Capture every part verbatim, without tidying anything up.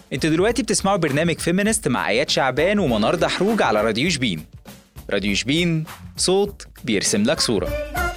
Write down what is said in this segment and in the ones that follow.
انتوا دلوقتي بتسمعوا برنامج فيمينست مع آيات شعبان ومنار دحروج على راديو شبين. راديو شبين، صوت بيرسم لك صورة.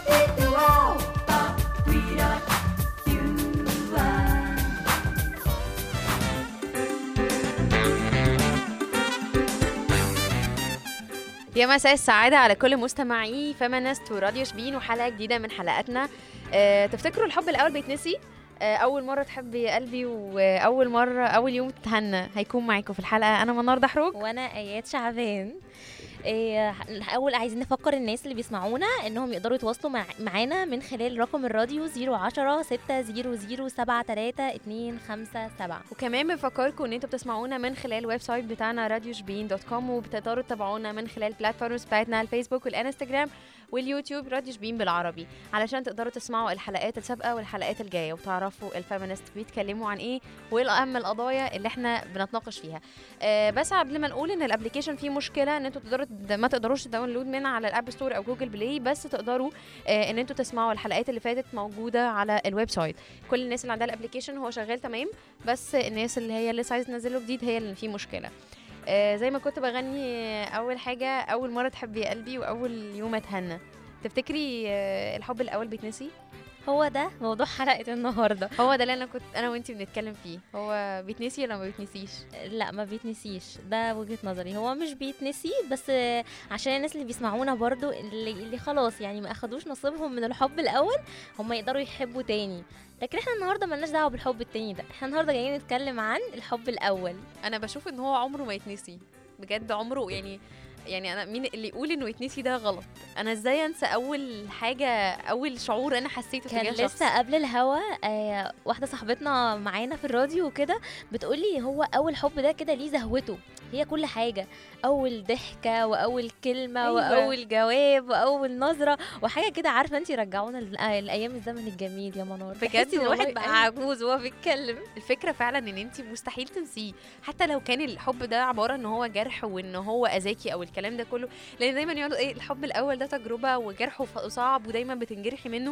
يا مساء السعادة على كل مستمعي فيمينست وراديو شبين وحلقة جديدة من حلقاتنا. أه تفتكروا الحب الأول بيتنسي؟ أه أول مرة تحبي قلبي وأول مرة أول يوم تهنى هيكون معاكم في الحلقة. أنا منار دحروج وأنا آيات شعبان. إيه اول عايزين نفكر الناس اللي بيسمعونا انهم يقدروا يتواصلوا مع معانا من خلال رقم الراديو صفر عشرة ستة صفر صفر سبعة تلاتة اتنين خمسة سبعة. وكمان بنفكركم ان انتوا بتسمعونا من خلال الويب سايت بتاعنا راديو شبين دوت كوم، وبتقدروا تتابعونا من خلال بلاتفورمز بتاعتنا الفيسبوك والانستجرام واليوتيوب راديو شبين بالعربي، علشان تقدروا تسمعوا الحلقات السابقه والحلقات الجايه وتعرفوا الفيمينست بيتكلموا عن ايه وايه اهم القضايا اللي احنا بنتناقش فيها. أه بس قبل ما نقول ان الابلكيشن فيه مشكله ان انتوا تقدروا ما تقدروش تداونلود منها على الاب ستور او جوجل بلاي، بس تقدروا آه ان انتوا تسمعوا الحلقات اللي فاتت موجوده على الويب سايت. كل الناس اللي عندها الابلكيشن هو شغال تمام، بس الناس اللي هي لسه عايزه تنزله جديد هي اللي فيه مشكله. آه زي ما كنت بغني اول حاجه اول مره تحبي قلبي واول يوم اتهنى، تفتكري آه الحب الاول بيتنسي؟ هو ده موضوع حلقة النهاردة، هو ده اللي انا كنت انا وانتي بنتكلم فيه. هو بيتنسي ولا ما بيتنسيش؟ لا ما بيتنسيش، ده وجهة نظري. هو مش بيتنسي، بس عشان الناس اللي بيسمعونا برضو اللي, اللي خلاص يعني ما اخدوش نصيبهم من الحب الاول هم يقدروا يحبوا تاني. لكن احنا النهارده مالناش دعوه بالحب التاني ده، احنا النهارده جايين نتكلم عن الحب الاول. انا بشوف ان هو عمره ما يتنسي بجد، عمره يعني يعني انا مين اللي يقول انه يتنسي؟ ده غلط. انا ازاي انسى اول حاجه اول شعور انا حسيته كان تجاه شخص؟ لسه قبل الهوا آه واحده صاحبتنا معانا في الراديو وكده بتقولي هو اول حب ده كده ليه زهوته، هي كل حاجه، اول ضحكه واول كلمه أيوة. واول جواب واول نظره وحاجه كده، عارفه انت رجعونا لايام الزمن الجميل يا منار. بجد الواحد بقى عجوز وهو بيتكلم. الفكره فعلا ان انت مستحيل تنسيه، حتى لو كان الحب ده عباره ان هو جرح وان هو اذاكي او الكلام ده كله، لان دايما يقولوا ايه الحب الاول ده تجربه وجرحه صعب ودايما بتنجرحي منه.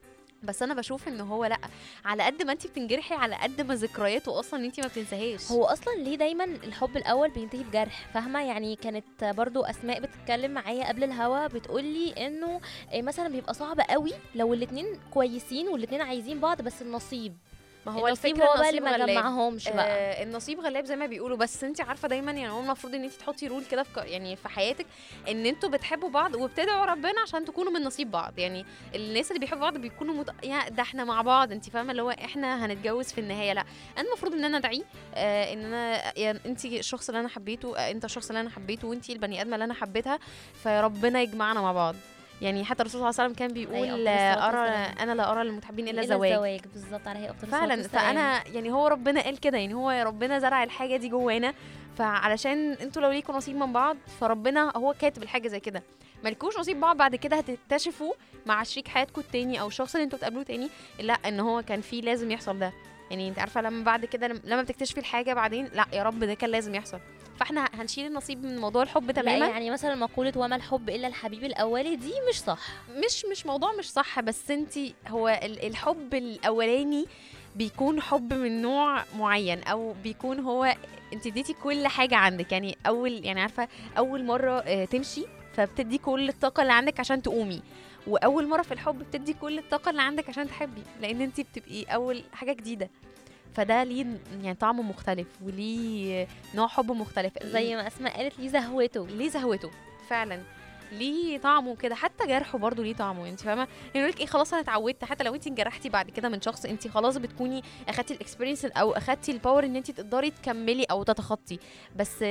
بس انا بشوف ان هو لا، على قد ما انت بتنجرحي على قد ما ذكرياته اصلا انت ما بتنساهاش. هو اصلا ليه دايما الحب الاول بينتهي بجرح؟ فاهمه يعني؟ كانت برضو اسماء بتتكلم معايا قبل الهوا بتقولي انه مثلا بيبقى صعب قوي لو الاتنين كويسين والاتنين عايزين بعض، بس النصيب ما هو النصيب هو بقى اللي ما جمعهمش بقى. آه النصيب غلاب زي ما بيقولوا. بس انت عارفه دايما يعني هو المفروض ان انت تحطي رول كده في يعني في حياتك ان انتوا بتحبوا بعض وبتدعوا ربنا عشان تكونوا من نصيب بعض. يعني الناس اللي بيحبوا بعض بيكونوا مت... يعني ده احنا مع بعض، انت فاهمه اللي هو احنا هنتجوز في النهايه. لا، انا المفروض ان انا ادعي آه ان انا يعني انت الشخص اللي انا حبيته، آه انت الشخص اللي انا حبيته، وانت البني ادمه اللي انا حبيتها، فربنا يجمعنا مع بعض. يعني حتى الرسول صلى الله عليه وسلم كان بيقول ارى انا لا ارى للمتحبين الا الزواج. الزواج بالظبط، عليه افضل فعلا. فانا يعني هو ربنا قال كده، يعني هو ربنا زرع الحاجه دي جوانا، فعلشان انتوا لو ليكوا نصيب من بعض فربنا هو كاتب الحاجه زي كده. مالكوش نصيب بعض بعد كده هتكتشفوا مع شريك حياتكم التاني او الشخص اللي انتوا بتقابلوه تاني لا ان هو كان فيه لازم يحصل ده. يعني انت عارفه لما بعد كده لما بتكتشفي الحاجه بعدين لا يا رب ده كان لازم يحصل. فاحنا هنشيل النصيب من موضوع الحب تماما. يعني مثلا مقوله وما الحب الا الحبيب الاولي دي مش صح، مش مش موضوع مش صح، بس انت هو الحب الاولاني بيكون حب من نوع معين، او بيكون هو انت اديتي كل حاجه عندك. يعني اول يعني عارفه اول مره اه تمشي فبتدي كل الطاقه اللي عندك عشان تقومي، واول مره في الحب بتدي كل الطاقه اللي عندك عشان تحبي، لان انت بتبقي اول حاجه جديده. فده ليه يعني طعمه مختلف وليه نوع حب مختلف، زي ما اسماء قالت ليه زهوته. ليه زهوته فعلا، ليه طعمه كده، حتى جرحه برضو ليه طعمه. انت فاهمه يعني لك ايه؟ خلاص انا اتعودت. حتى لو انت انجرحتي بعد كده من شخص انت خلاص بتكوني اخدتي الاكسبيرينس او اخدتي الباور ان انت تقدري تكملي او تتخطي. بس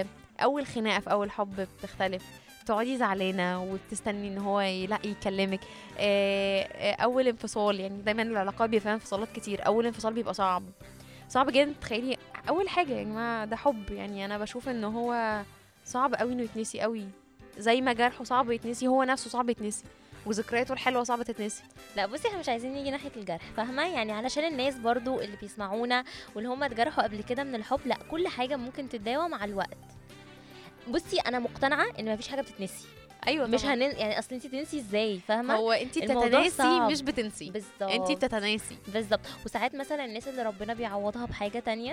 اول خناقه في اول حب بتختلف، تقعدي زعلانه وبتستني ان هو لا يكلمك. اول انفصال يعني دايما العلاقات بيبقى فيها انفصالات كتير، اول انفصال بيبقى صعب صعب جدا. تخيلي اول حاجه يا جماعه ده حب، يعني انا بشوف ان هو صعب قوي انه يتنسي قوي، زي ما جرحه صعب يتنسي هو نفسه صعب يتنسي، وذكرياته الحلوه صعبه تتنسي. لا بصي احنا مش عايزين نيجي ناحيه الجرح، فاهمه يعني؟ علشان الناس برضو اللي بيسمعونا واللي هم اتجرحوا قبل كده من الحب، لا كل حاجه ممكن تتداوى مع الوقت. بصي انا مقتنعه ان مفيش حاجه بتتنسي. ايوه مش هنن يعني اصل انت تنسي ازاي؟ فاهمه؟ هو انت بتتناسي مش بتنسي. بالظبط انت بتتناسي بالظبط. وساعات مثلا الناس اللي ربنا بيعوضها بحاجه تانية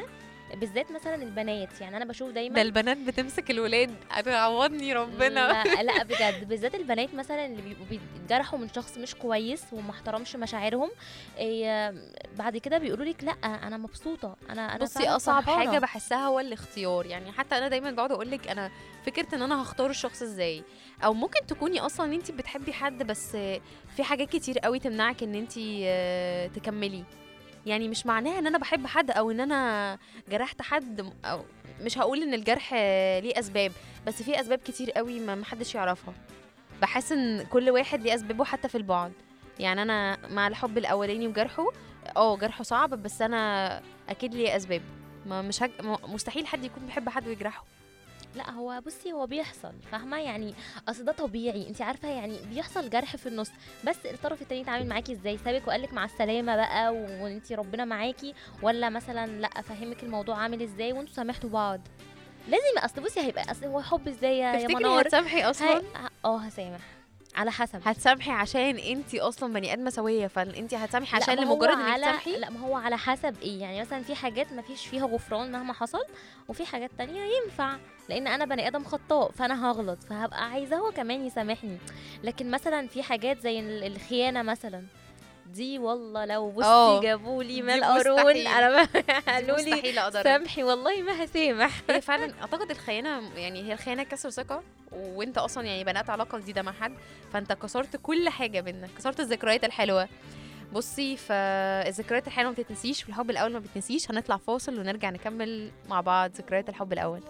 بالذات مثلا البنات، يعني انا بشوف دايما ده البنات بتمسك الولاد، انا عوضني ربنا. لا, لا بجد، بالذات البنات مثلا اللي بيبقوا بيتجرحوا من شخص مش كويس وما احترمش مشاعرهم، إيه بعد كده بيقولوا لك لا انا مبسوطه، انا انا بصي اصعب حاجه بحسها هو الاختيار. يعني حتى انا دايما بقعد اقول لك انا فكره ان انا هختار الشخص ازاي، او ممكن تكوني اصلا انت بتحبي حد بس في حاجات كتير قوي تمنعك ان انت تكملي. يعني مش معناها ان انا بحب حد او ان انا جرحت حد، او مش هقول ان الجرح ليه اسباب، بس في اسباب كتير قوي ما محدش يعرفها. بحس ان كل واحد ليه اسبابه حتى في البعد. يعني انا مع الحب الاولاني وجرحه، اه جرحه صعب، بس انا اكيد ليه اسباب. ما مش هج... مستحيل حد يكون بيحب حد ويجرحه. لا هو بصي هو بيحصل، فاهمه يعني، اصل ده طبيعي، انت عارفه يعني بيحصل جرح في النص، بس الطرف التاني اتعامل معاكي ازاي، سابك وقالك مع السلامه بقى وانت ربنا معاكي، ولا مثلا لا فهمك الموضوع عامل ازاي وانتوا سامحتوا بعض. لازم اصل بصي هيبقى اصل هو حب ازاي يا منار؟ هتسامحي اصلا؟ اه هسامح على حسب. هتسامحي عشان انت اصلا بني ادمه سويه، فانت هتسامحي عشان لمجرد انك تسامحي؟ لا ما هو على حسب ايه، يعني مثلا في حاجات ما فيش فيها غفران مهما حصل، وفي حاجات تانية ينفع، لان انا بني ادم خطاء فانا هغلط فهبقى عايزه هو كمان يسامحني. لكن مثلا في حاجات زي الخيانه مثلا، دي والله لو بصي جابوا لي مال قارون انا قالوا لي سامحي والله ما هسامح. هي فعلا اعتقد الخيانه، يعني هي الخيانه كسر ثقه، وانت اصلا يعني بنات علاقه جديده مع حد، فانت كسرت كل حاجه بينك، كسرت الذكريات الحلوه. بصي فالذكريات الحلوه ما بتتنسيش، والحب الاول ما بتنسيش. هنطلع فاصل ونرجع نكمل مع بعض ذكريات الحب الاول.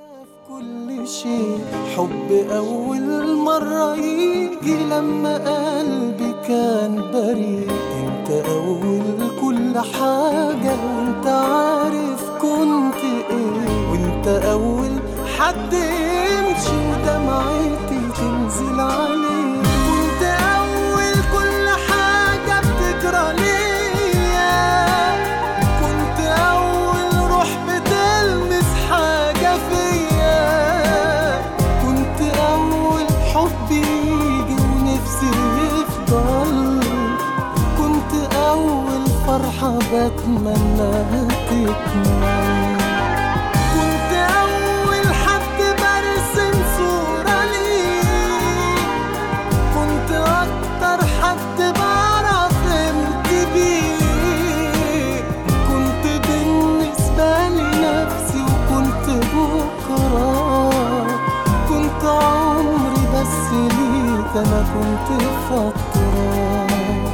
كل شيء حب أول مرة يجي لما قلبي كان بريء، انت أول كل حاجة وانت عارف كنت ايه، وانت أول حد يمشي ودمعتي تنزل عليه، وانت أول كل حاجة بتجرى ليا، كنت أول روح بتلمس حاجة فيا، حبي يجي ونفسي يفضل، كنت أول فرحة بتمناها تكمل، كنت أول حد برسم صورة ليه، كنت أكتر حد بعرف امتى بيه، كنت بالنسبة لي نفسي وكنت بكرة، كنت عمري بس ليك أنا كنت فترة.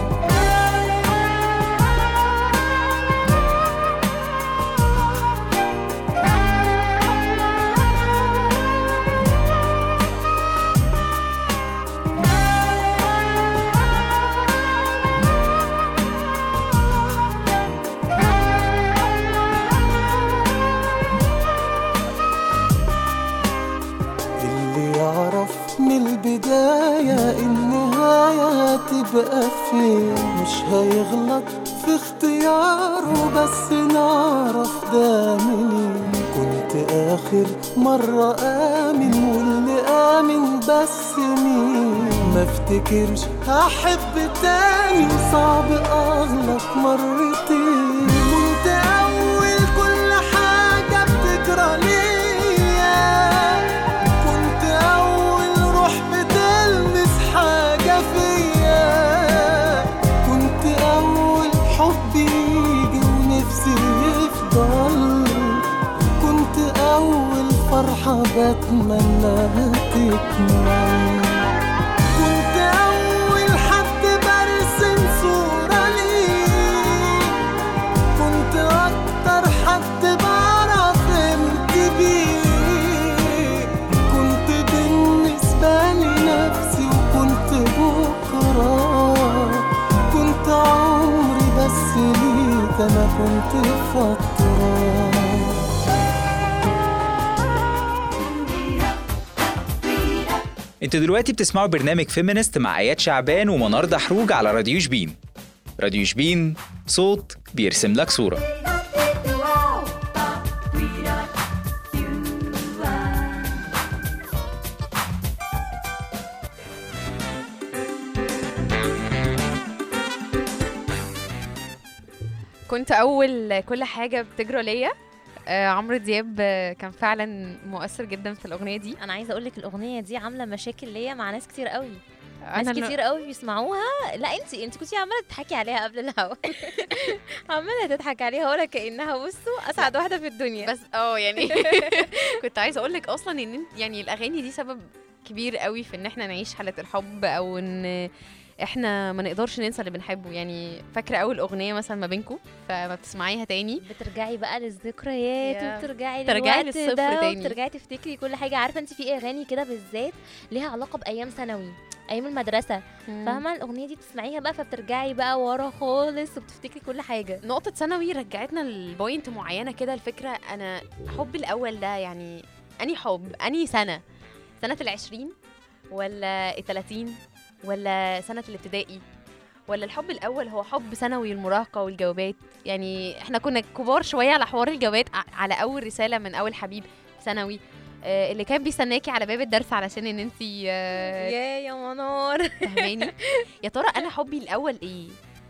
من البداية النهاية تبقى فين، مش هيغلط في اختياره بس نعرف ده منين، كنت آخر مرة آمن واللي آمن بس مين، ما افتكرش هحب تاني صعب أغلط مرتين، كنت أول كل حاجة بتجرى ليا، كنت أول روح بتلمس حاجة فيا، كنت أول حب يجي ونفسي يفضل، كنت أول فرحة بتمناها تكمل، كنت أول حد برسم صورة ليه، كنت أكتر حد بعرف امتى بيه، كنت بالنسبة لي نفسي وكنت بكرة، كنت عمري بس ليك أنا كنت فترة. انتوا دلوقتي بتسمعوا برنامج فيمينست مع آيات شعبان ومنار دحروج على راديو شبين. راديو شبين، صوت بيرسم لك صورة. كنت أول كل حاجة بتجرى ليا، آه عمرو دياب آه، كان فعلا مؤثر جدا في الاغنيه دي. انا عايزه اقول لك الاغنيه دي عامله مشاكل ليا مع ناس كتير قوي، ناس أنا كتير قوي بيسمعوها. لا انت انت كنتي عماله تضحكي عليها قبل الهوا عماله تضحك عليها ولا كانها بصوا اسعد واحده في الدنيا. بس اه يعني كنت عايزه اقول لك اصلا ان انت- يعني الاغاني دي سبب كبير قوي في ان احنا نعيش حاله الحب، او ان احنا ما نقدرش ننسى اللي بنحبه. يعني فاكره اول اغنيه مثلا ما بينكم، فما بتسمعيها تاني بترجعي بقى للذكريات يا. وبترجعي ترجعي للوقت للصفر ده تاني. وبترجعي تفتكري كل حاجه. عارفه انت في اغاني كده بالذات ليها علاقه بايام ثانوي، ايام المدرسه، فاهمه الاغنيه دي بتسمعيها بقى فبترجعي بقى ورا خالص وبتفتكري كل حاجه. نقطة ثانوي رجعتنا لبوينت معينة كده. الفكرة أنا حب الأول ده يعني أني حب أني سنة، سنة العشرين ولا التلاتين ولا سنة الابتدائي، ولا الحب الأول هو حب ثانوي المراهقة والجوابات. يعني احنا كنا كبار شوية على حوار الجوابات، ع- على أول رسالة من أول حبيب في ثانوي آه، اللي كان بيستناكي على باب الدرس علشان ان انتي آه، يا يا منار فاهماني. يا ترى انا حبي الاول ايه؟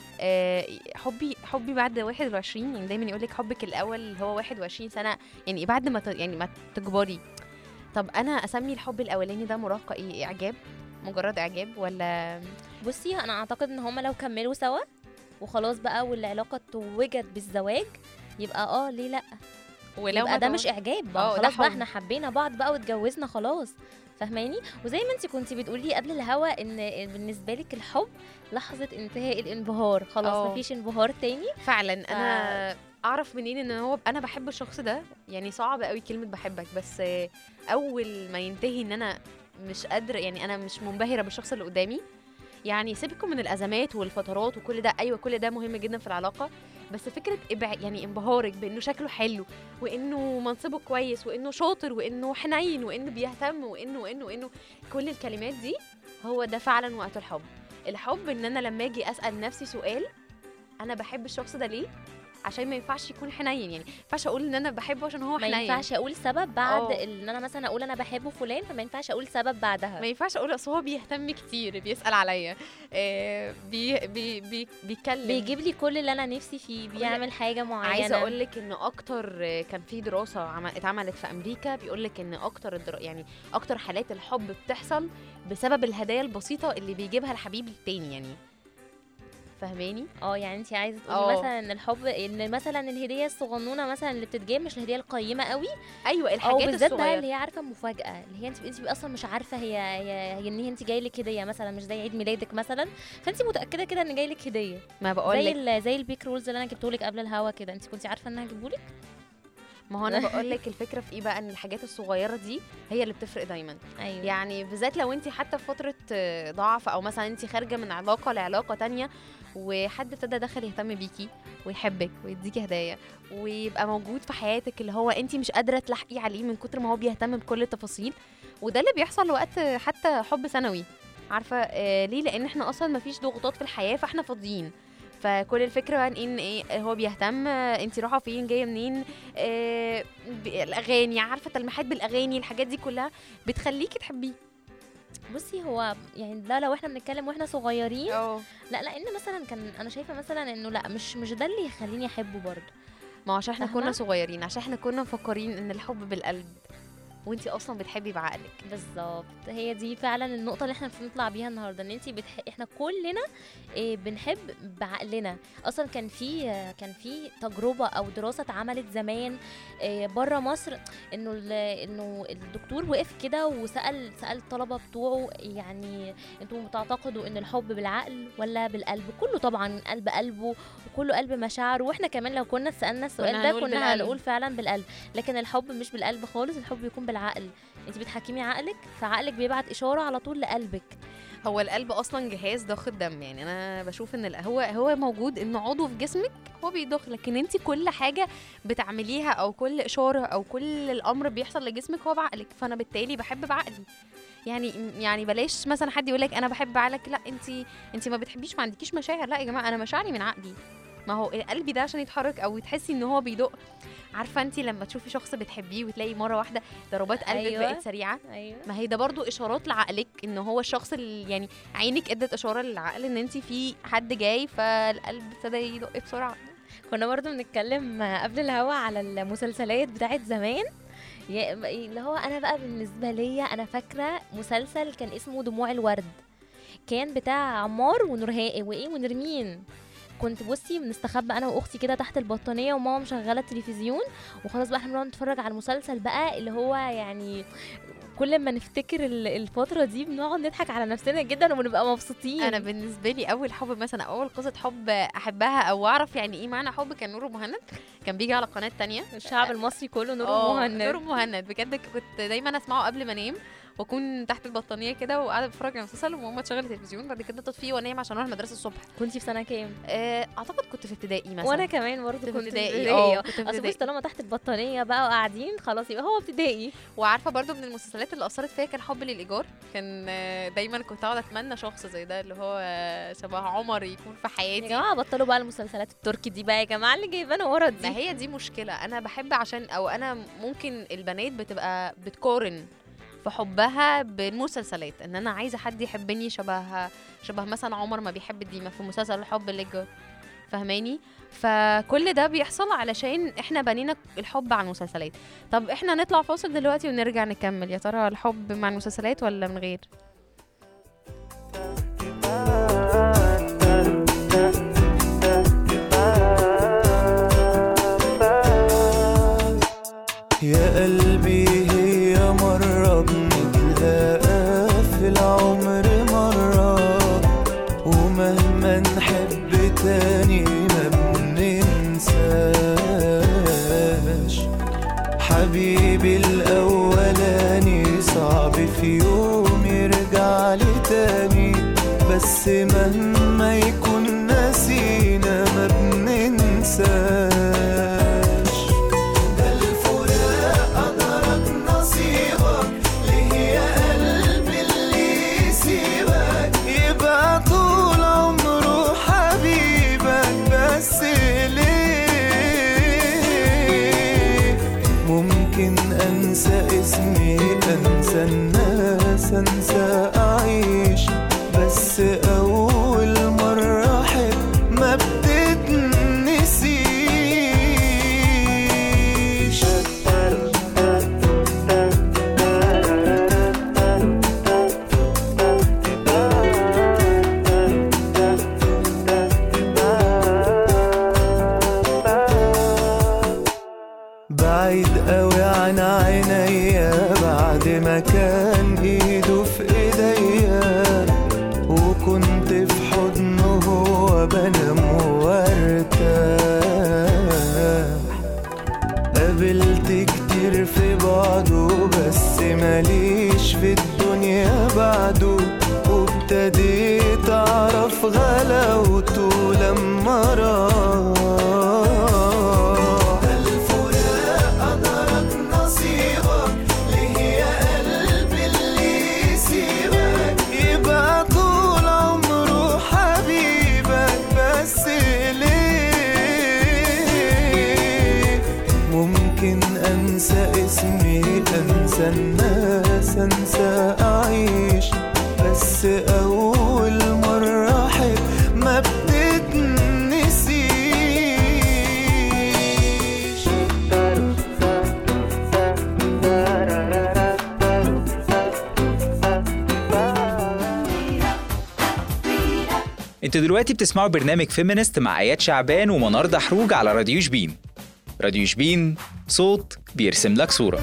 آه، حبي حبي بعد واحد وعشرين، يعني دايما يقولك حبك الاول هو واحد وعشرين سنه، يعني بعد ما ت- يعني ما تكبري. طب انا اسمي الحب الاولاني ده مراهقه ايه؟ اعجاب، مجرد اعجاب، ولا بصي انا اعتقد ان هما لو كملوا سوا وخلاص بقى والعلاقه توجت بالزواج يبقى اه ليه لا، ولو يبقى ما ده تو- مش اعجاب اه، بقى، ده خلاص بقى حب. احنا حبينا بعض بقى واتجوزنا خلاص، فاهماني. وزي ما انت كنتي بتقولي قبل الهوا ان بالنسبه لك الحب لحظه انتهاء الانبهار، خلاص اه. مفيش انبهار تاني. فعلا انا اعرف منين ان هو انا بحب الشخص ده؟ يعني صعب قوي كلمه بحبك، بس آه، اول ما ينتهي ان انا مش قادره، يعني انا مش منبهره بالشخص اللي قدامي. يعني سيبكم من الازمات والفترات وكل ده، ايوه كل ده مهم جدا في العلاقه، بس فكره إبع... يعني انبهارك بانه شكله حلو، وانه منصبه كويس، وانه شاطر، وانه حنين، وانه بيهتم، وانه وانه وانه كل الكلمات دي، هو ده فعلا وقت الحب. الحب ان انا لما اجي اسال نفسي سؤال، انا بحب الشخص ده ليه؟ عشان ما ينفعش يكون حنين. يعني ما ينفعش اقول ان انا بحبه عشان هو ما حنين، ينفعش اقول سبب بعد اه. ان انا مثلا اقول انا بحبه فلان، فما ينفعش اقول سبب بعدها. ما ينفعش اقول اصل هو بيهتم كتير، بيسال عليا، آه بي بي بي بيتكلم، بيجيب لي كل اللي انا نفسي فيه، بيعمل حاجه معينه. عايزه اقول لك ان اكتر آه، كان في دراسه عم- اتعملت في امريكا بيقول لك ان اكتر الدرا... يعني اكتر حالات الحب بتحصل بسبب الهدايا البسيطه اللي بيجيبها الحبيب التاني. يعني فاهماني؟ اه يعني انت عايزه اه. تقولي مثلا ان الحب ان مثلا الهديه الصغنونه مثلا اللي بتتجاب مش الهديه القيمه قوي، ايوه او الحاجات بالذات بقى الصغيره. اللي هي عارفه مفاجاه، اللي هي انت انت اصلا مش عارفه هي هي, هي ان انت جاي لك هديه مثلا، مش زي عيد ميلادك مثلا، فانت متاكده كده ان جاي لك هديه. ما بقول زي لك ال- زي البيك رولز اللي انا جبته لك قبل الهوا كده، انت كنتي عارفه انها هجيبه لك. ما هو انا بقول لك الفكره في ايه بقى، ان الحاجات الصغيره دي هي اللي بتفرق دايما. ايوه يعني بالذات لو انت حتى في فتره آه، ضعف، او مثلا انت خارجه من علاقه لعلاقه تانية، وحد ابتدى دخل يهتم بيكي ويحبك ويديكي هدايا ويبقى موجود في حياتك، اللي هو انت مش قادره تلحقي عليه من كتر ما هو بيهتم بكل التفاصيل. وده اللي بيحصل وقت حتى حب ثانوي. عارفه آه ليه؟ لان احنا اصلا ما فيش ضغوطات في الحياه، فاحنا فاضيين. فكل الفكره ان ان ايه، هو بيهتم انت رايحه فين جايه منين، آه ب- الاغاني، عارفه تلميحات بالاغاني، الحاجات دي كلها بتخليكي تحبيه. بصي هو يعني ده لو احنا بنتكلم واحنا صغيرين، اه لا لان مثلا كان انا شايفه مثلا انه لا مش مش ده اللي يخليني احبه برضه. ما هو عشان احنا فاهمة؟ كنا صغيرين، عشان احنا كنا مفكرين ان الحب بالقلب، وانتي اصلا بتحبي بعقلك. بالظبط، هي دي فعلا النقطه اللي احنا بنطلع بيها النهارده، ان انت بتح... احنا كلنا إيه بنحب بعقلنا. اصلا كان في آه، كان في تجربه او دراسه اتعملت زمان إيه بره مصر، انه ال... انه الدكتور وقف كده وسال سال الطلبه بتوعه يعني انتوا بتعتقدوا ان الحب بالعقل ولا بالقلب؟ كله طبعا قلب قلبه وكله قلب مشاعره، واحنا كمان لو كنا سالنا السؤال كنا ده هنقول كنا بالقلب. هنقول فعلا بالقلب. لكن الحب مش بالقلب خالص، الحب بيكون بالعقل. انت بتحكمي عقلك، فعقلك بيبعت اشاره على طول لقلبك. هو القلب اصلا جهاز ضخ الدم. يعني انا بشوف ان ال- هو هو موجود، انه عضو في جسمك هو بيضخ، لكن انت كل حاجه بتعمليها او كل اشاره او كل الامر بيحصل لجسمك هو بعقلك. فانا بالتالي بحب بعقلي. يعني يعني بلاش مثلا حد يقول لك انا بحب عقلك، لا انت انت ما بتحبيش، ما عندكيش مشاعر. لا يا جماعه، انا مشاعري من عقلي. ما هو القلب ده عشان يتحرك او تحسي ان هو بيدق. عارفه انت لما تشوفي شخص بتحبيه وتلاقي مره واحده ضربات قلبك أيوة. بقت سريعه، ايوه ما هي ده برضو اشارات لعقلك ان هو الشخص اللي يعني عينك ادت اشاره للعقل ان انت في حد جاي، فالقلب ابتدى يدق بسرعه. كنا برضو بنتكلم قبل الهوا على المسلسلات بتاعت زمان، يا- اللي هو انا بقى بالنسبه ليا انا فاكره مسلسل كان اسمه دموع الورد، كان بتاع عمار ونورهاء وايه ونرمين. كنت بصي بنستخبى انا واختي كده تحت البطانيه وماما مشغله التلفزيون، وخلاص بقى احنا بنقعد نتفرج على المسلسل بقى اللي هو يعني كل ما نفتكر ال- الفتره دي بنقعد نضحك على نفسنا جدا وبنبقى مبسوطين. انا بالنسبه لي اول حب مثلا، اول قصه حب احبها او اعرف يعني ايه معنى حب كان نور مهند، كان بيجي على قناه تانية. الشعب المصري كله نور آه، مهند. نور مهند بجد كنت دايما اسمعه قبل ما انام، واكون تحت البطانيه كده وقاعده بتفرج على المسلسل وماما تشغل التلفزيون، بعد كده تطفيه وانام عشان اروح المدرسه الصبح. كنتي في سنه كام؟ آه، اعتقد كنت في ابتدائي مثلا. وانا كمان برضه كنت في كنت في ابتدائي. ابتدائي. اه كنت في اصل بص ابتدائي. طالما تحت البطانيه بقى وقاعدين خلاص يبقى هو ابتدائي. وعارفه برضو من المسلسلات اللي اثرت فيا كان حب للايجار، كان آه، دايما كنت اقعد اتمنى شخص زي ده اللي هو آه، شبه عمر يكون في يا حياتي. جماعه بطلوا بقى المسلسلات التركي دي بقى يا جماعه اللي جايبانا ورا ما دي. هي دي مشكله، انا بحب عشان او انا ممكن البنات بتبقى بتقارن في حبها بالمسلسلات، ان انا عايزه حد يحبني شبه شبه مثلا عمر ما بيحب ديما في مسلسل الحب للجار، فهماني؟ فكل ده بيحصل علشان احنا بنينا الحب على المسلسلات. طب احنا نطلع فاصل دلوقتي ونرجع نكمل، يا ترى الحب مع المسلسلات ولا من غير؟ يا قلبي هي مرة بنتلاقى في العمر مرة، ومهما نحب تاني ما بننساش حبيبي الأولاني، صعب في يوم يرجع لي تاني، بس مهما يكون نسينا ما بننساش. أنسى اسمي أنسى الناس أنسى أعيش، بس أول مرة أحب ما بتتنسيش. بعيد قوي عن عينيا بعد ما كان ايده في ايديا، وكنت في حضنه هو بنام وارتاح. قابلت كتير في بعضه بس ماليش في الدنيا بعده، وابتديت اعرف غلاوته لما راح. أنسى اسمي أنسى الناس أنسى أعيش، بس أول مرة أحب ما بتتنسيش. انتوا دلوقتي بتسمعوا برنامج فيمينست مع اياد شعبان ومنار دحروج على راديو شبين. راديو شبين، صوت بيرسم لك صورة.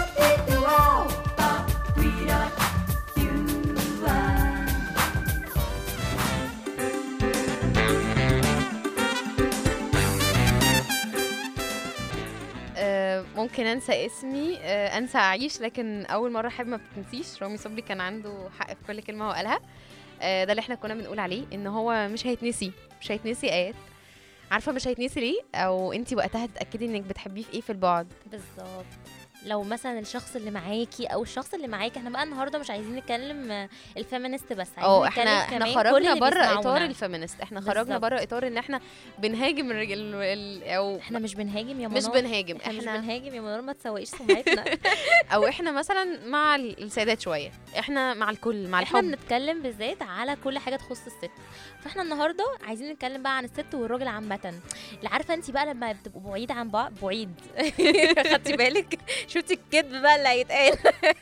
آه، ممكن انسى اسمي، آه، انسى اعيش، لكن اول مره احب ما بتنسيش. رامي صبري كان عنده حق في كل كلمه هو قالها. آه، ده اللي احنا كنا بنقول عليه ان هو مش هيتنسي، مش هيتنسي. ايات عارفه مش هيتنسي ليه؟ او انتي وقتها تتاكدي انك بتحبيه في ايه في البعد. بالظبط، لو مثلا الشخص اللي معاكي او الشخص اللي معاكي، احنا بقى النهارده مش عايزين نتكلم آه، الفيمينست بس، اه عايزين احنا نتكلم احنا كمان كل خرجنا اللي بره اطار بيسمعونا. الفيمينست، احنا خرجنا بالظبط. بره اطار ان احنا بنهاجم الرجال ال... ال... او احنا مش بنهاجم يا مش منار، بنهاجم، احنا مش احنا بنهاجم يا منار، ما تسوقيش سمعتنا. او احنا مثلا مع ال- السيدات شويه، احنا مع الكل، مع احنا الحب. بنتكلم بالذات على كل حاجه تخص الست، فاحنا النهارده عايزين نتكلم بقى عن الست والراجل عامه. اللي عارفه انت بقى لما بتبقوا بعيد عن بعض، بعيد خدتي بالك؟ شفتي الكذب بقى اللي هيتقال.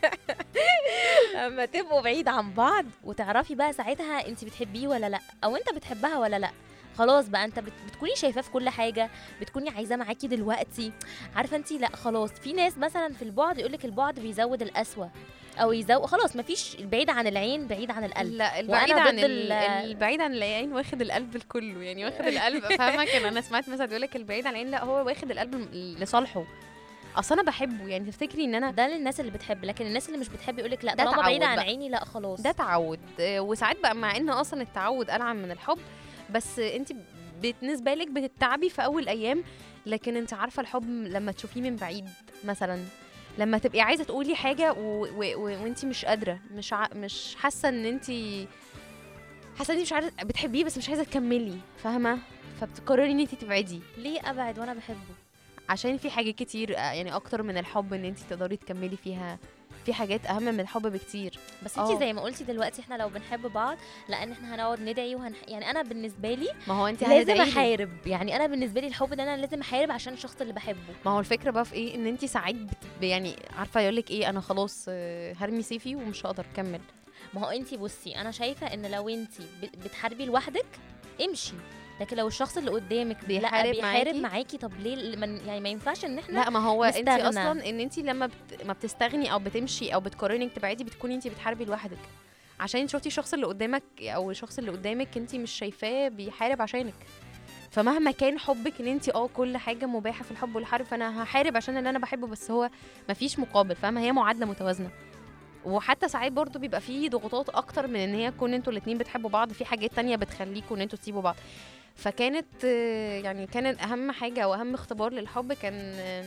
لما تبقوا بعيد عن بعض وتعرفي بقى ساعتها انت بتحبيه ولا لا، او انت بتحبها ولا لا. خلاص بقى انت بت- بتكوني شايفاه في كل حاجه، بتكوني عايزاه معاكي دلوقتي. عارفه انت، لا خلاص، في ناس مثلا في البعد يقولك البعد بيزود القسوه، او يزود خلاص مفيش، البعيد عن العين بعيد عن القلب. لا البعيد وأنا عن ضد ال... ال- البعيد عن العين واخد القلب كله، يعني واخد القلب. فاهمه؟ كان انا سمعت مثلا بيقول لك البعيد عن العين، لا هو واخد القلب لصالحه. اصل انا بحبه، يعني تفتكري ان انا ده للناس اللي بتحب، لكن الناس اللي مش بتحب يقولك لا ده طالما بعيده تعود عن بقى. عيني لا خلاص. ده تعود. آه، وساعات بقى مع ان اصلا التعود ألعن من الحب، بس انت بالنسبه لك بتتعبي في اول ايام، لكن انت عارفه الحب لما تشوفيه من بعيد مثلا، لما تبقي عايزه تقولي حاجه و... و... و... وانت مش قادره، مش ع... مش حاسه ان انت حاسه ان انت مش عارفه بتحبيه بس مش عايزه تكملي، فاهمه؟ فبتقرري ان انت تبعدي، ليه ابعد وانا بحبه؟ عشان في حاجات كتير، آه، يعني اكتر من الحب ان انت تقدري تكملي فيها، في حاجات اهم من الحب بكتير. بس انتي آه. زي ما قلتي دلوقتي، احنا لو بنحب بعض لان احنا هنقعد ندعي وهن... يعني انا بالنسبه لي ما هو انت لازم هتدعيلي. احارب، يعني انا بالنسبه لي الحب ده انا لازم احارب عشان الشخص اللي بحبه. ما هو الفكره بقى في ايه، ان انت ساعات بت... يعني عارفه يقول لك ايه، انا خلاص آه، هرمي سيفي ومش هقدر اكمل. ما هو انتي بصي، انا شايفه ان لو انتي ب- بتحاربي لوحدك امشي، لكن لو الشخص اللي قدامك بيحارب لا بيحارب معاكي؟ معاكي، طب ليه من يعني ما ينفعش ان احنا لا ما هو انت نستغنى. اصلا ان انت لما بت... ما بتستغني او بتمشي او بتقرري انك تبعدي، بتكوني انت بتحاربي لوحدك، عشان شفتي الشخص اللي قدامك او الشخص اللي قدامك انت مش شايفاه بيحارب عشانك. فمهما كان حبك ان انت اه كل حاجه مباحه في الحب والحرب، فانا هحارب عشان اللي انا بحبه، بس هو مفيش مقابل، فاهمه؟ هي معادله متوازنه. وحتى ساعات برضو بيبقى فيه ضغوطات اكتر من ان هي تكون انتوا الاتنين بتحبوا بعض، في حاجات تانية بتخليكوا ان انتوا تسيبوا بعض. فكانت آه، يعني كان اهم حاجه واهم اختبار للحب كان آه،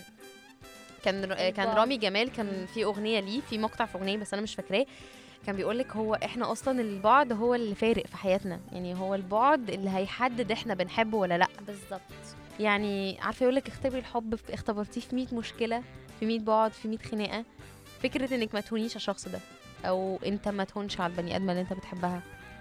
كان ر- آه، كان البعد. رامي جمال، كان في اغنيه ليه، في مقطع في اغنيه بس انا مش فاكراه، كان بيقولك هو احنا اصلا البعد هو اللي فارق في حياتنا، يعني هو البعد اللي هيحدد احنا بنحبه ولا لا. بالظبط. يعني عارفه يقولك اختبري الحب، في اختبرتيه في مية مشكله، في مية بعد، في مية خناقه، فكره انك ما تهونيش على الشخص ده، او انت ما تهونش على البني ادم اللي انت بتحبها،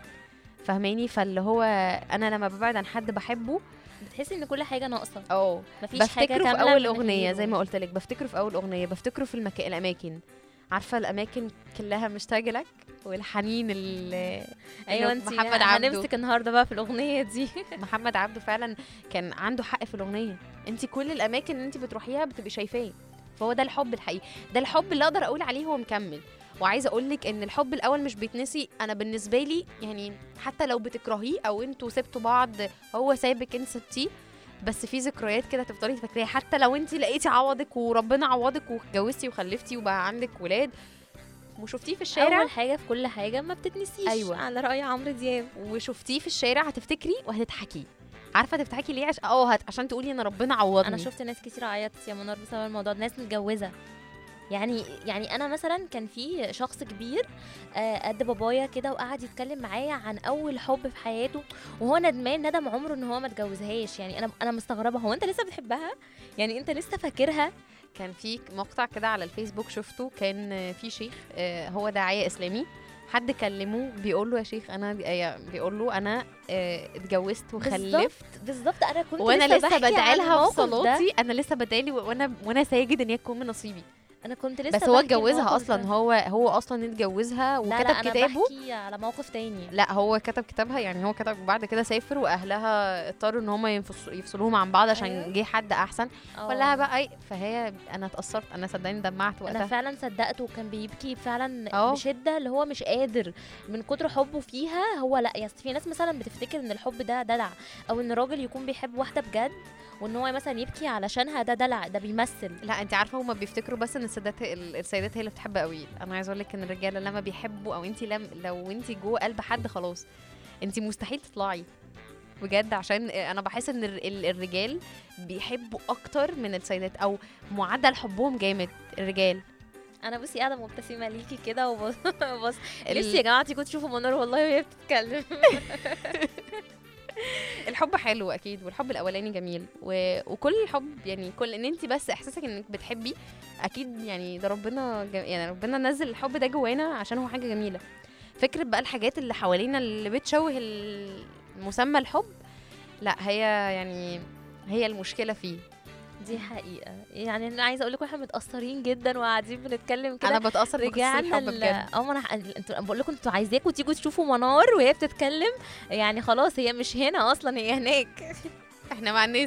فاهماني؟ فاللي هو انا لما ببعد عن حد بحبه بتحسي ان كل حاجه ناقصه، اه مفيش حاجه بفتكره في كامله اول من اغنيه، زي غيره. ما قلت لك بفتكره في اول اغنيه، بفتكره في المكان، الاماكن، عارفه الاماكن كلها مشتاقه لك، والحنين اللي ايوه اللي انت محمد عبده هنمسك النهارده بقى في الاغنيه دي. محمد عبده فعلا كان عنده حق في الاغنيه، انت كل الاماكن اللي انت بتروحيها بتبقي شايفاه، فهو ده الحب الحقيقي، ده الحب اللي اقدر اقول عليه هو مكمل. وعايزه اقول لك ان الحب الاول مش بيتنسي، انا بالنسبه لي يعني حتى لو بتكرهيه او انتوا سبتوا بعض، هو سابك انت سبتيه، بس في ذكريات كده تفضلي تفكريها، حتى لو انت لقيتي عوضك وربنا عوضك واتجوزتي وخلفتي وبقى عندك ولاد وشفتيه في الشارع، اول حاجه في كل حاجه ما بتتنسيش. أيوة. على راي عمرو دياب. وشفتيه في الشارع هتفتكري وهتضحكي. عارفه تضحكي ليه؟ عش... اه هت... عشان تقولي ان ربنا عوضني. انا شفت ناس كتير عيطت يا منار بسبب الموضوع ده، ناس متجوزه. يعني يعني انا مثلا كان في شخص كبير آه، قد بابايا كده، وقعد يتكلم معايا عن اول حب في حياته، وهو ندمان ندم عمره ان هو ما اتجوزهاش. يعني انا انا مستغربه، هو انت لسه بتحبها؟ يعني انت لسه فاكرها؟ كان في مقطع كده على الفيسبوك شفته، كان في شيخ آه، هو داعية إسلامي، حد كلمه بيقول له يا شيخ انا آه، بيقول له انا آه، اتجوزت وخلفت، بالظبط. انا كنت وانا لسه بحكي بدعي عن لها في الموقف ده. صلاتي، انا لسه بدعي لي وانا وانا ساجد ان هي تكون من نصيبي. انا كنت لسه بس هو بحكي اتجوزها الموقف اصلا، ده. هو هو اصلا اتجوزها لا وكتب لا انا كتابه. بحكي على موقف تاني. لا هو كتب كتابها، يعني هو كتب بعد كده سافر، واهلها اضطروا ان هم يفصلوهم عن بعض عشان أيوة. جه حد احسن. آه. ولا بقى اي، فهي انا اتاثرت، انا صدقني دمعت انا وقتها. فعلا صدقته، وكان بيبكي فعلا اه. بشده، اللي هو مش قادر من كتر حبه فيها. هو لا يا في ناس مثلا بتفتكر ان الحب ده دلع، او ان راجل يكون بيحب واحده بجد وان هو مثلا يبكي علشانها ده دلع، ده بيمثل. لا انت عارفه هما بيفتكروا بس ان السيدات السيدات هي اللي بتحب قوي. انا عايزه اقول لك ان الرجاله لما بيحبوا، او انت لم لو انت جوه قلب حد خلاص انت مستحيل تطلعي، بجد، عشان انا بحس ان الرجال بيحبوا اكتر من السيدات، او معدل حبهم جامد الرجال. انا بصي قاعده مبتسمه ليكي كده وبص بص لسه يا جماعه تيجوا تشوفوا منار والله وهي بتتكلم. الحب حلو اكيد، والحب الاولاني جميل، و... وكل الحب يعني كل ان انت بس احساسك انك بتحبي اكيد يعني ده ربنا ج... يعني ربنا نزل الحب ده جوانا عشان هو حاجه جميله. فكره بقى الحاجات اللي حوالينا اللي بتشوه المسمى الحب، لا هي يعني هي المشكله فيه. دي حقيقه، يعني انا عايزه اقول لكم احنا متاثرين جدا وقاعدين بنتكلم كده. انا بتاثر بقصه الحب بجد. اه ما انا انتوا بقول لكم انتوا عايزاكم تيجوا تشوفوا منار وهي بتتكلم، يعني خلاص هي مش هنا اصلا، هي هناك. احنا مع الناس.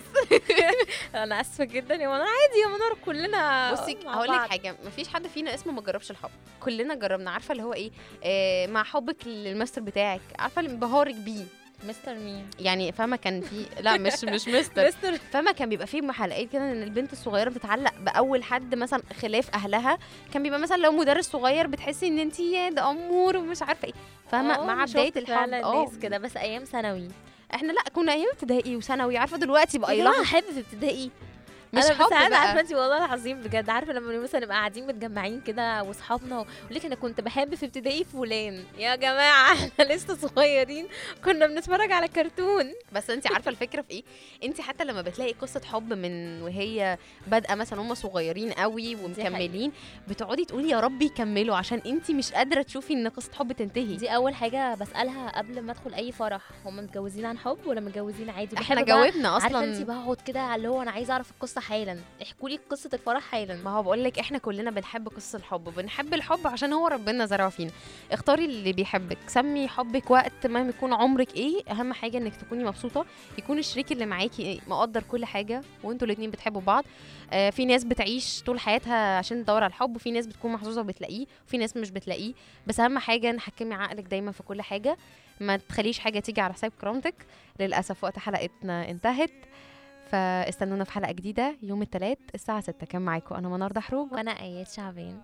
انا اسفه جدا يا منار، عادي يا منار كلنا. بصي هقول لك حاجه، مفيش حد فينا اسمه ما جربش الحب، كلنا جربنا. عارفه اللي هو ايه، آه مع حبك للمستر بتاعك، عارفه انبهارك بيه. مستر مين يعني؟ فاهمه كان في لا مش مش مستر مستر فاهمه كان بيبقى فيه حلقات كده ان البنت الصغيره بتتعلق باول حد مثلا خلاف اهلها. كان بيبقى مثلا لو مدرس صغير بتحسي ان انت يا ده امور ومش عارفه ايه، فاهمه؟ مع بدايه الحب اه كده، بس ايام ثانوي احنا لا كنا ايام ابتدائي وثانوي. عارفه دلوقتي بقى يلا حب في ابتدائي مش أنا حب بقى. عارفه انت والله العظيم بجد، عارفه لما مثلا نبقى قاعدين متجمعين كده واصحابنا ويقول لك انا كنت بحب في ابتدائي فلان، يا جماعه احنا لسه صغيرين كنا بنتفرج على كرتون. بس انت عارفه الفكره في ايه؟ انت حتى لما بتلاقي قصه حب من وهي بادئه مثلا هم صغيرين قوي ومكملين، بتقعدي تقولي يا رب يكملوا، عشان انت مش قادره تشوفي ان قصه حب تنتهي. دي اول حاجه بسالها قبل ما ادخل اي فرح، هم متجوزين عن حب ولا متجوزين عادي؟ احنا جاوبنا اصلا. عارفه انت بقعد كده اللي هو انا عايزه اعرف القصه حالا، احكوا لي قصه الفرح حالا. ما هو بقول لك احنا كلنا بنحب قصه الحب، بنحب الحب عشان هو ربنا زرعه فينا. اختاري اللي بيحبك، سمي حبك وقت ما يكون عمرك ايه، اهم حاجه انك تكوني مبسوطه، يكون الشريك اللي معاكي إيه؟ مقدر كل حاجه وانتوا الاثنين بتحبوا بعض. آه في ناس بتعيش طول حياتها عشان تدور على الحب، وفي ناس بتكون محظوظه وبتلاقيه، وفي ناس مش بتلاقيه. بس اهم حاجه نحكمي عقلك دايما في كل حاجه، ما تخليش حاجه تيجي على حساب كرامتك. للاسف وقت حلقتنا انتهت، فاستنونا في حلقة جديدة يوم الثلاث الساعة ستة. كان معاكم أنا منار دحروج وأنا آيات شعبان.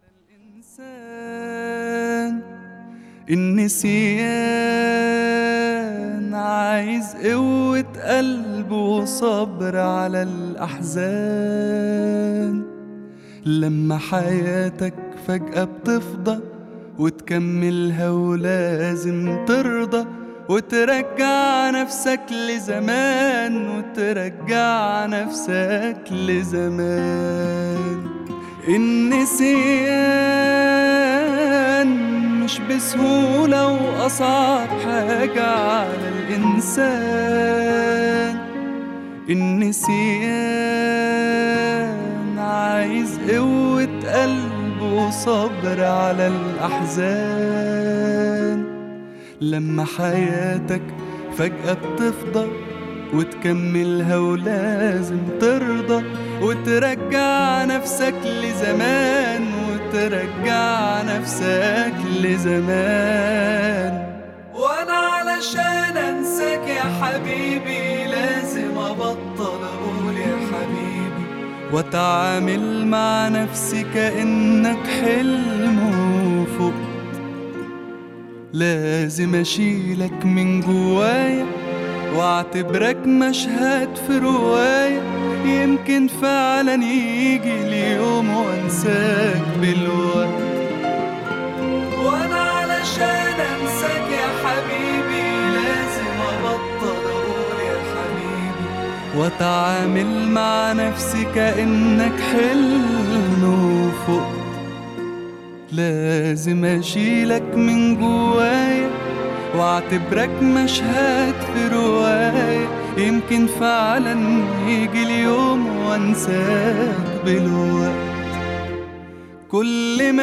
الإنسان النسيان عايز قوة قلب وصبر على الأحزان، لما حياتك فجأة بتفضى وتكملها ولازم ترضى وترجع نفسك لزمان، وترجع نفسك لزمان. النسيان مش بسهولة وأصعب حاجة على الإنسان، النسيان عايز قوة قلب وصبر على الأحزان، لما حياتك فجأة بتفضى وتكملها ولازم ترضى وترجع نفسك لزمان، وترجع نفسك لزمان. وانا علشان انساك يا حبيبي لازم ابطل اقول يا حبيبي، واتعامل مع نفسي كأنك حلم وفقت، لازم اشيلك من جوايا واعتبرك مشهد في رواية، يمكن فعلا يجي اليوم وانساك بالوقت. وانا علشان انساك يا حبيبي لازم ابطل اقول يا حبيبي، واتعامل مع نفسي كأنك حلم وفقت، لازم اشيلك من جوايا واعتبرك مشهد في رواية، يمكن فعلا يجي اليوم وانساك بالوقت. كل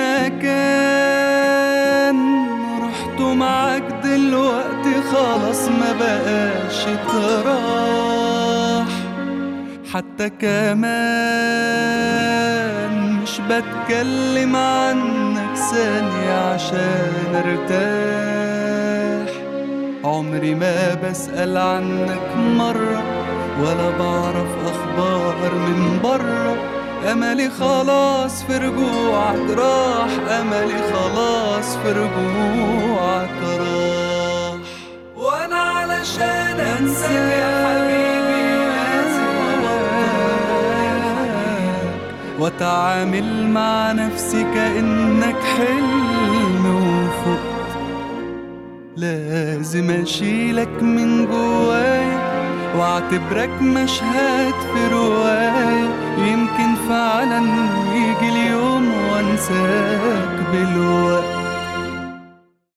مكان رحته معاك دلوقتي خلاص ما بقاش تراح، حتى كمان مش بتكلم عنك ثانية عشان ارتاح، عمري ما بسأل عنك مرة ولا بعرف أخبار من برا، أملي خلاص في رجوعك راح، أملي خلاص في رجوعك راح. وأنا على علشان انساك يا حبيبي لازم أوضحك واتعامل مع نفسي كأنك حلم وفقت. لازم اشيلك من جوايا واعتبرك مشهد في رواية، يمكن فعلا يجي اليوم وانساك بالوقت.